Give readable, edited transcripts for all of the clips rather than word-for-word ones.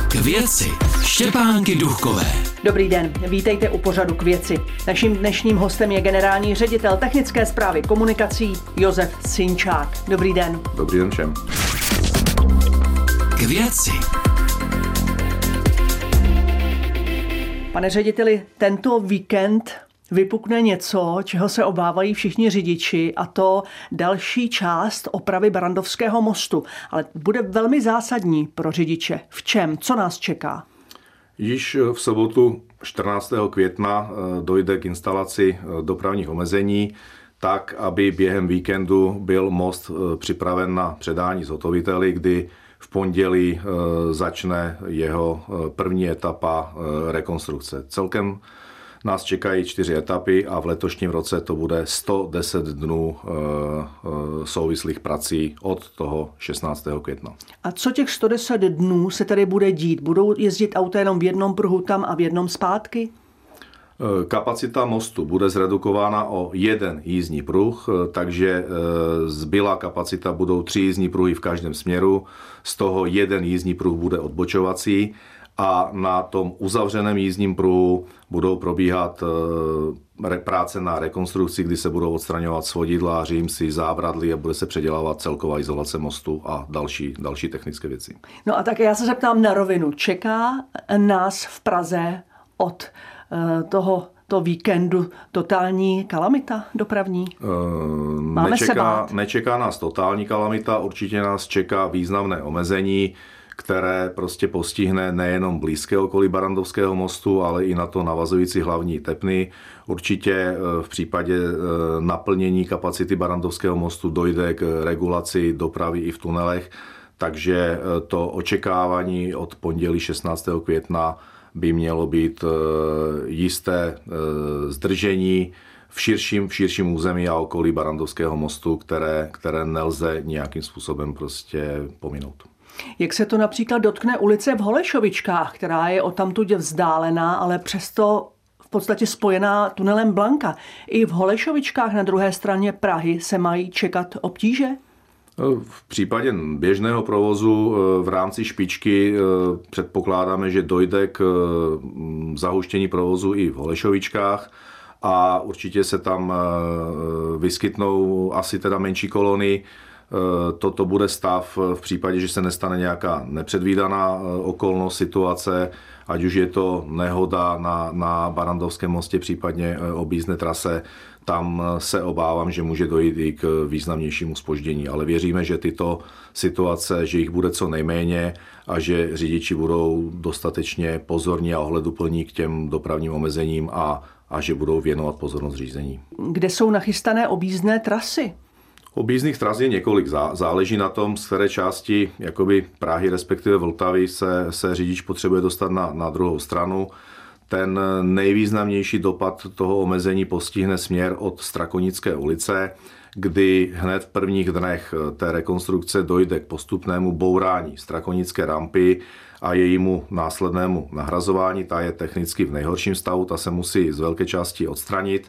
K věci Štěpánky Duchkové. Dobrý den, vítejte u pořadu K věci. Naším dnešním hostem je generální ředitel technické správy komunikací Josef Sinčák. Dobrý den. Dobrý den všem. K věci. Pane řediteli, tento víkend vypukne něco, čeho se obávají všichni řidiči, a to další část opravy Barrandovského mostu. Ale bude velmi zásadní pro řidiče. V čem? Co nás čeká? Již v sobotu 14. května dojde k instalaci dopravních omezení, tak, aby během víkendu byl most připraven na předání zhotoviteli, kdy v pondělí začne jeho první etapa rekonstrukce. Celkem nás čekají 4 etapy a v letošním roce to bude 110 dnů souvislých prací od toho 16. května. A co těch 110 dnů se tady bude dít? Budou jezdit auta jenom v jednom pruhu tam a v jednom zpátky? Kapacita mostu bude zredukována o 1 jízdní pruh, takže zbylá kapacita budou 3 jízdní pruhy v každém směru, z toho 1 jízdní pruh bude odbočovací a na tom uzavřeném jízdním pruhu budou probíhat práce na rekonstrukci, kdy se budou odstraňovat svodidla, římsy, zábradlí a bude se předělávat celková izolace mostu a další technické věci. No a tak já se zeptám na rovinu. Čeká nás v Praze od tohoto víkendu totální kalamita dopravní? Máme se bát? Nečeká nás totální kalamita, určitě nás čeká významné omezení, které prostě postihne nejenom blízké okolí Barrandovského mostu, ale i na to navazující hlavní tepny. Určitě v případě naplnění kapacity Barrandovského mostu dojde k regulaci dopravy i v tunelech, takže to očekávání od pondělí 16. května by mělo být jisté zdržení v širším území a okolí Barrandovského mostu, které nelze nějakým způsobem prostě pominout. Jak se to například dotkne ulice v Holešovičkách, která je odtamtud vzdálená, ale přesto v podstatě spojená tunelem Blanka. I v Holešovičkách na druhé straně Prahy se mají čekat obtíže? V případě běžného provozu v rámci špičky předpokládáme, že dojde k zahuštění provozu i v Holešovičkách a určitě se tam vyskytnou asi teda menší kolony. Toto bude stav v případě, že se nestane nějaká nepředvídaná okolnost, situace, ať už je to nehoda na Barrandovském mostě, případně objízdné trase. Tam se obávám, že může dojít i k významnějšímu zpoždění, ale věříme, že tyto situace, že jich bude co nejméně a že řidiči budou dostatečně pozorní a ohleduplní k těm dopravním omezením a že budou věnovat pozornost řízení. Kde jsou nachystané objízdné trasy? Objízdných tras je několik, záleží na tom, z které části jakoby Prahy, respektive Vltavy se řidič potřebuje dostat na druhou stranu. Ten nejvýznamnější dopad toho omezení postihne směr od Strakonické ulice, kdy hned v prvních dnech té rekonstrukce dojde k postupnému bourání Strakonické rampy a jejímu následnému nahrazování. Ta je technicky v nejhorším stavu, ta se musí z velké části odstranit.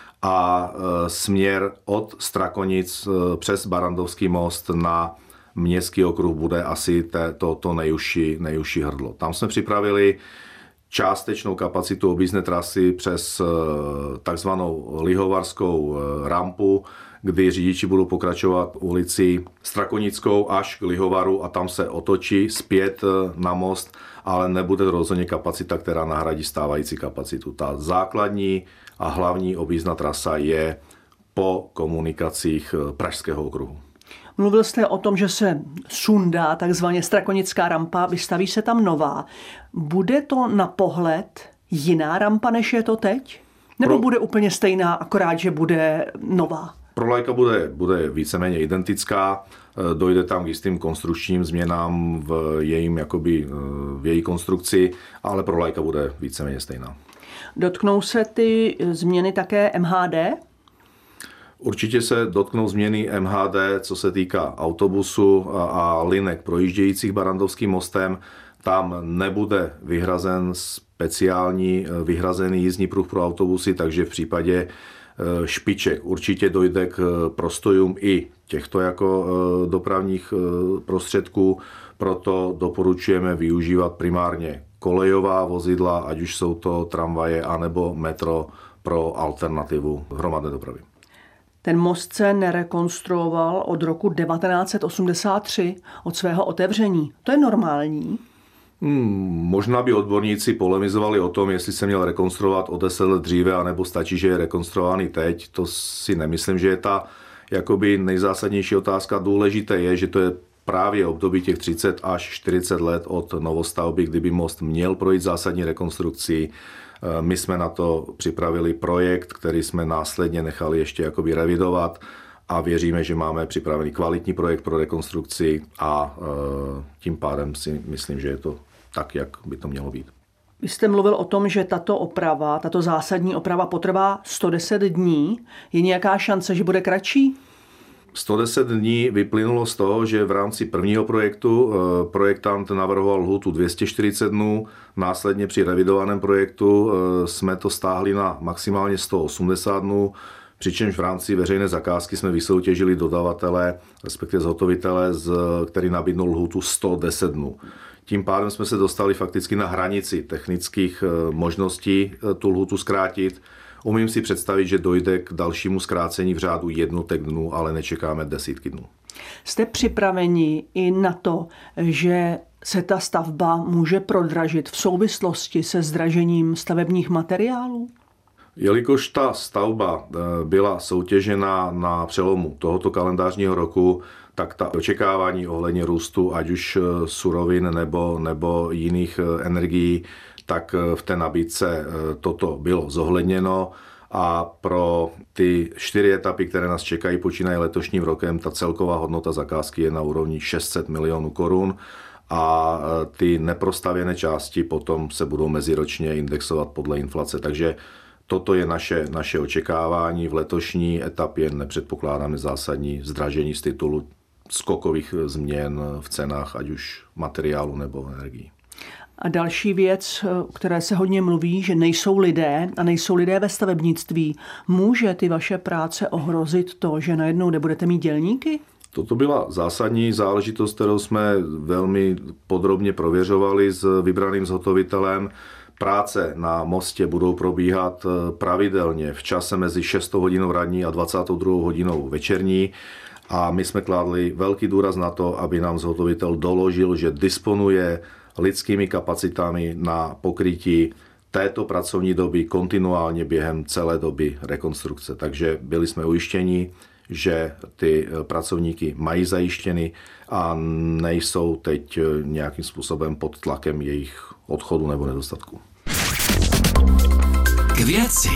A směr od Strakonic přes Barrandovský most na Městský okruh bude asi to nejužší hrdlo. Tam jsme připravili částečnou kapacitu objízdné trasy přes takzvanou Lihovarskou rampu, kdy řidiči budou pokračovat ulici Strakonickou až k Lihovaru a tam se otočí zpět na most, ale nebude to rozhodně kapacita, která nahradí stávající kapacitu. Ta základní a hlavní objízdná trasa je po komunikacích Pražského okruhu. Mluvil jste o tom, že se sundá takzvaně Strakonická rampa, vystaví se tam nová. Bude to na pohled jiná rampa, než je to teď? Nebo bude úplně stejná, akorát, že bude nová? Pro laika bude víceméně identická, dojde tam k jistým konstrukčním změnám v její konstrukci, ale pro laika bude víceméně stejná. Dotknou se ty změny také MHD? Určitě se dotknou změny MHD, co se týká autobusu a linek projíždějících Barrandovským mostem. Tam nebude vyhrazený jízdní pruh pro autobusy, takže v případě špiček. Určitě dojde k prostojům i těchto jako dopravních prostředků, proto doporučujeme využívat primárně kolejová vozidla, ať už jsou to tramvaje anebo metro pro alternativu hromadné dopravy. Ten most se nerekonstruoval od roku 1983, od svého otevření. To je normální? Možná by odborníci polemizovali o tom, jestli se měl rekonstruovat o 10 let dříve, anebo stačí, že je rekonstruovaný teď. To si nemyslím, že je ta jakoby nejzásadnější otázka. Důležité je, že to je právě období těch 30 až 40 let od novostavby, kdyby most měl projít zásadní rekonstrukcí. My jsme na to připravili projekt, který jsme následně nechali ještě jakoby revidovat a věříme, že máme připravený kvalitní projekt pro rekonstrukci a tím pádem si myslím, že je to tak, jak by to mělo být. Vy jste mluvil o tom, že tato zásadní oprava potrvá 110 dní. Je nějaká šance, že bude kratší? 110 dní vyplynulo z toho, že v rámci prvního projektu projektant navrhoval lhůtu 240 dnů, následně při revidovaném projektu jsme to stáhli na maximálně 180 dnů, přičemž v rámci veřejné zakázky jsme vysoutěžili dodavatele, respektive zhotovitele, který nabídnul lhůtu 110 dnů. Tím pádem jsme se dostali fakticky na hranici technických možností tu lhůtu zkrátit. Umím si představit, že dojde k dalšímu zkrácení v řádu jednotek dnů, ale nečekáme desítky dnů. Jste připraveni i na to, že se ta stavba může prodražit v souvislosti se zdražením stavebních materiálů? Jelikož ta stavba byla soutěžena na přelomu tohoto kalendářního roku, tak ta očekávání ohledně růstu, ať už surovin nebo jiných energií, tak v té nabídce toto bylo zohledněno a pro ty 4 etapy, které nás čekají, počínají letošním rokem, ta celková hodnota zakázky je na úrovni 600 milionů korun a ty neprostavěné části potom se budou meziročně indexovat podle inflace. Takže toto je naše očekávání. V letošní etapě nepředpokládáme zásadní zdražení z titulu skokových změn v cenách, ať už materiálu nebo energií. A další věc, o které se hodně mluví, že nejsou lidé ve stavebnictví. Může ty vaše práce ohrozit to, že najednou nebudete mít dělníky? Toto byla zásadní záležitost, kterou jsme velmi podrobně prověřovali s vybraným zhotovitelem. Práce na mostě budou probíhat pravidelně v čase mezi 6. hodinou ranní a 22. hodinou večerní. A my jsme kládli velký důraz na to, aby nám zhotovitel doložil, že disponuje lidskými kapacitami na pokrytí této pracovní doby kontinuálně během celé doby rekonstrukce. Takže byli jsme ujištěni, že ty pracovníky mají zajištěny a nejsou teď nějakým způsobem pod tlakem jejich odchodu nebo nedostatku. K věci.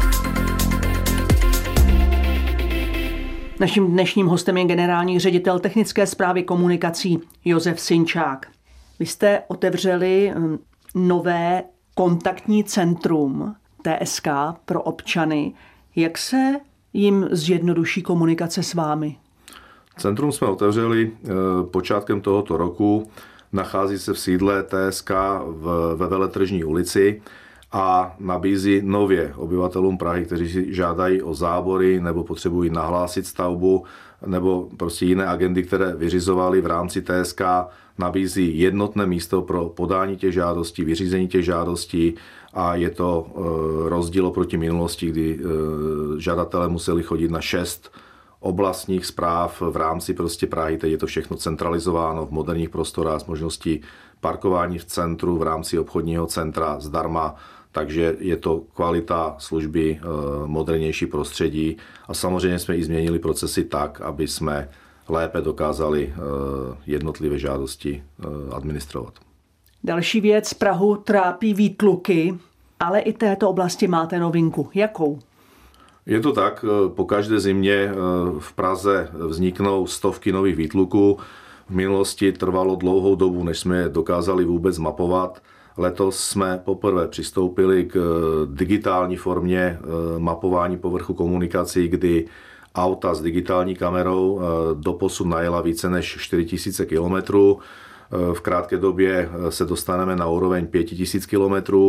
Naším dnešním hostem je generální ředitel technické správy komunikací Josef Sinčák. Vy jste otevřeli nové kontaktní centrum TSK pro občany. Jak se jim zjednoduší komunikace s vámi? Centrum jsme otevřeli počátkem tohoto roku. Nachází se v sídle TSK ve Veletržní ulici a nabízí nově obyvatelům Prahy, kteří si žádají o zábory nebo potřebují nahlásit stavbu nebo prostě jiné agendy, které vyřizovali v rámci TSK, nabízí jednotné místo pro podání těch žádostí, vyřízení těch žádostí a je to rozdíl oproti minulosti, kdy žadatelé museli chodit na 6 oblastních správ v rámci prostě Prahy. Teď je to všechno centralizováno v moderních prostorách s možností parkování v centru v rámci obchodního centra zdarma, takže je to kvalita služby, modernější prostředí a samozřejmě jsme i změnili procesy tak, aby jsme lépe dokázali jednotlivé žádosti administrovat. Další věc, Prahu trápí výtluky, ale i této oblasti máte novinku. Jakou? Je to tak, po každé zimě v Praze vzniknou stovky nových výtluků. V minulosti trvalo dlouhou dobu, než jsme je dokázali vůbec mapovat. Letos jsme poprvé přistoupili k digitální formě mapování povrchu komunikací, kdy auta s digitální kamerou doposud najela více než 4000 kilometrů. V krátké době se dostaneme na úroveň 5000 kilometrů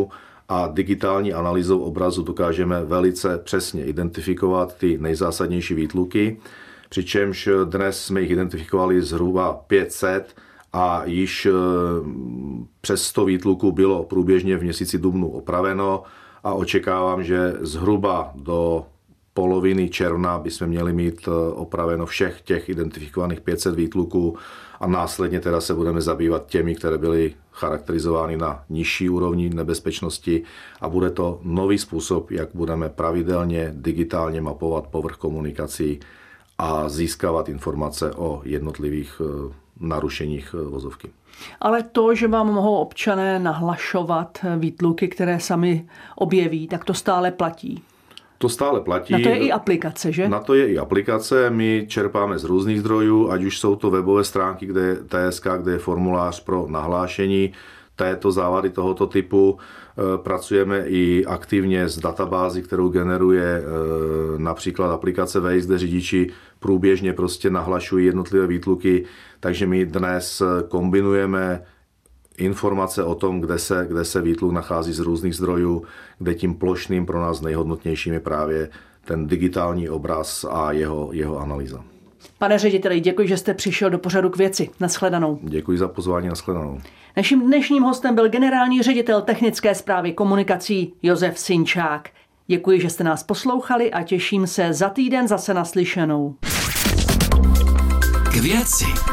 a digitální analýzou obrazu dokážeme velice přesně identifikovat ty nejzásadnější výtluky, přičemž dnes jsme jich identifikovali zhruba 500 a již přes 100 výtluků bylo průběžně v měsíci dubnu opraveno a očekávám, že zhruba do poloviny června bychom měli mít opraveno všech těch identifikovaných 500 výtluků a následně teda se budeme zabývat těmi, které byly charakterizovány na nižší úrovni nebezpečnosti a bude to nový způsob, jak budeme pravidelně digitálně mapovat povrch komunikací a získávat informace o jednotlivých narušeních vozovky. Ale to, že vám mohou občané nahlašovat výtluky, které sami objeví, tak to stále platí. To stále platí. Na to je i aplikace, že? Na to je i aplikace. My čerpáme z různých zdrojů, ať už jsou to webové stránky, kde je TSK, kde je formulář pro nahlášení této závady tohoto typu. Pracujeme i aktivně s databází, kterou generuje například aplikace Waze, kde řidiči průběžně prostě nahlašují jednotlivé výtluky, takže my dnes kombinujeme informace o tom, kde se výtluk nachází z různých zdrojů, kde tím plošným pro nás nejhodnotnějším je právě ten digitální obraz a jeho analýza. Pane řediteli, děkuji, že jste přišel do pořadu K věci. Nashledanou. Děkuji za pozvání, nashledanou. Naším dnešním hostem byl generální ředitel technické správy komunikací Josef Sinčák. Děkuji, že jste nás poslouchali a těším se za týden zase naslyšenou. K věci.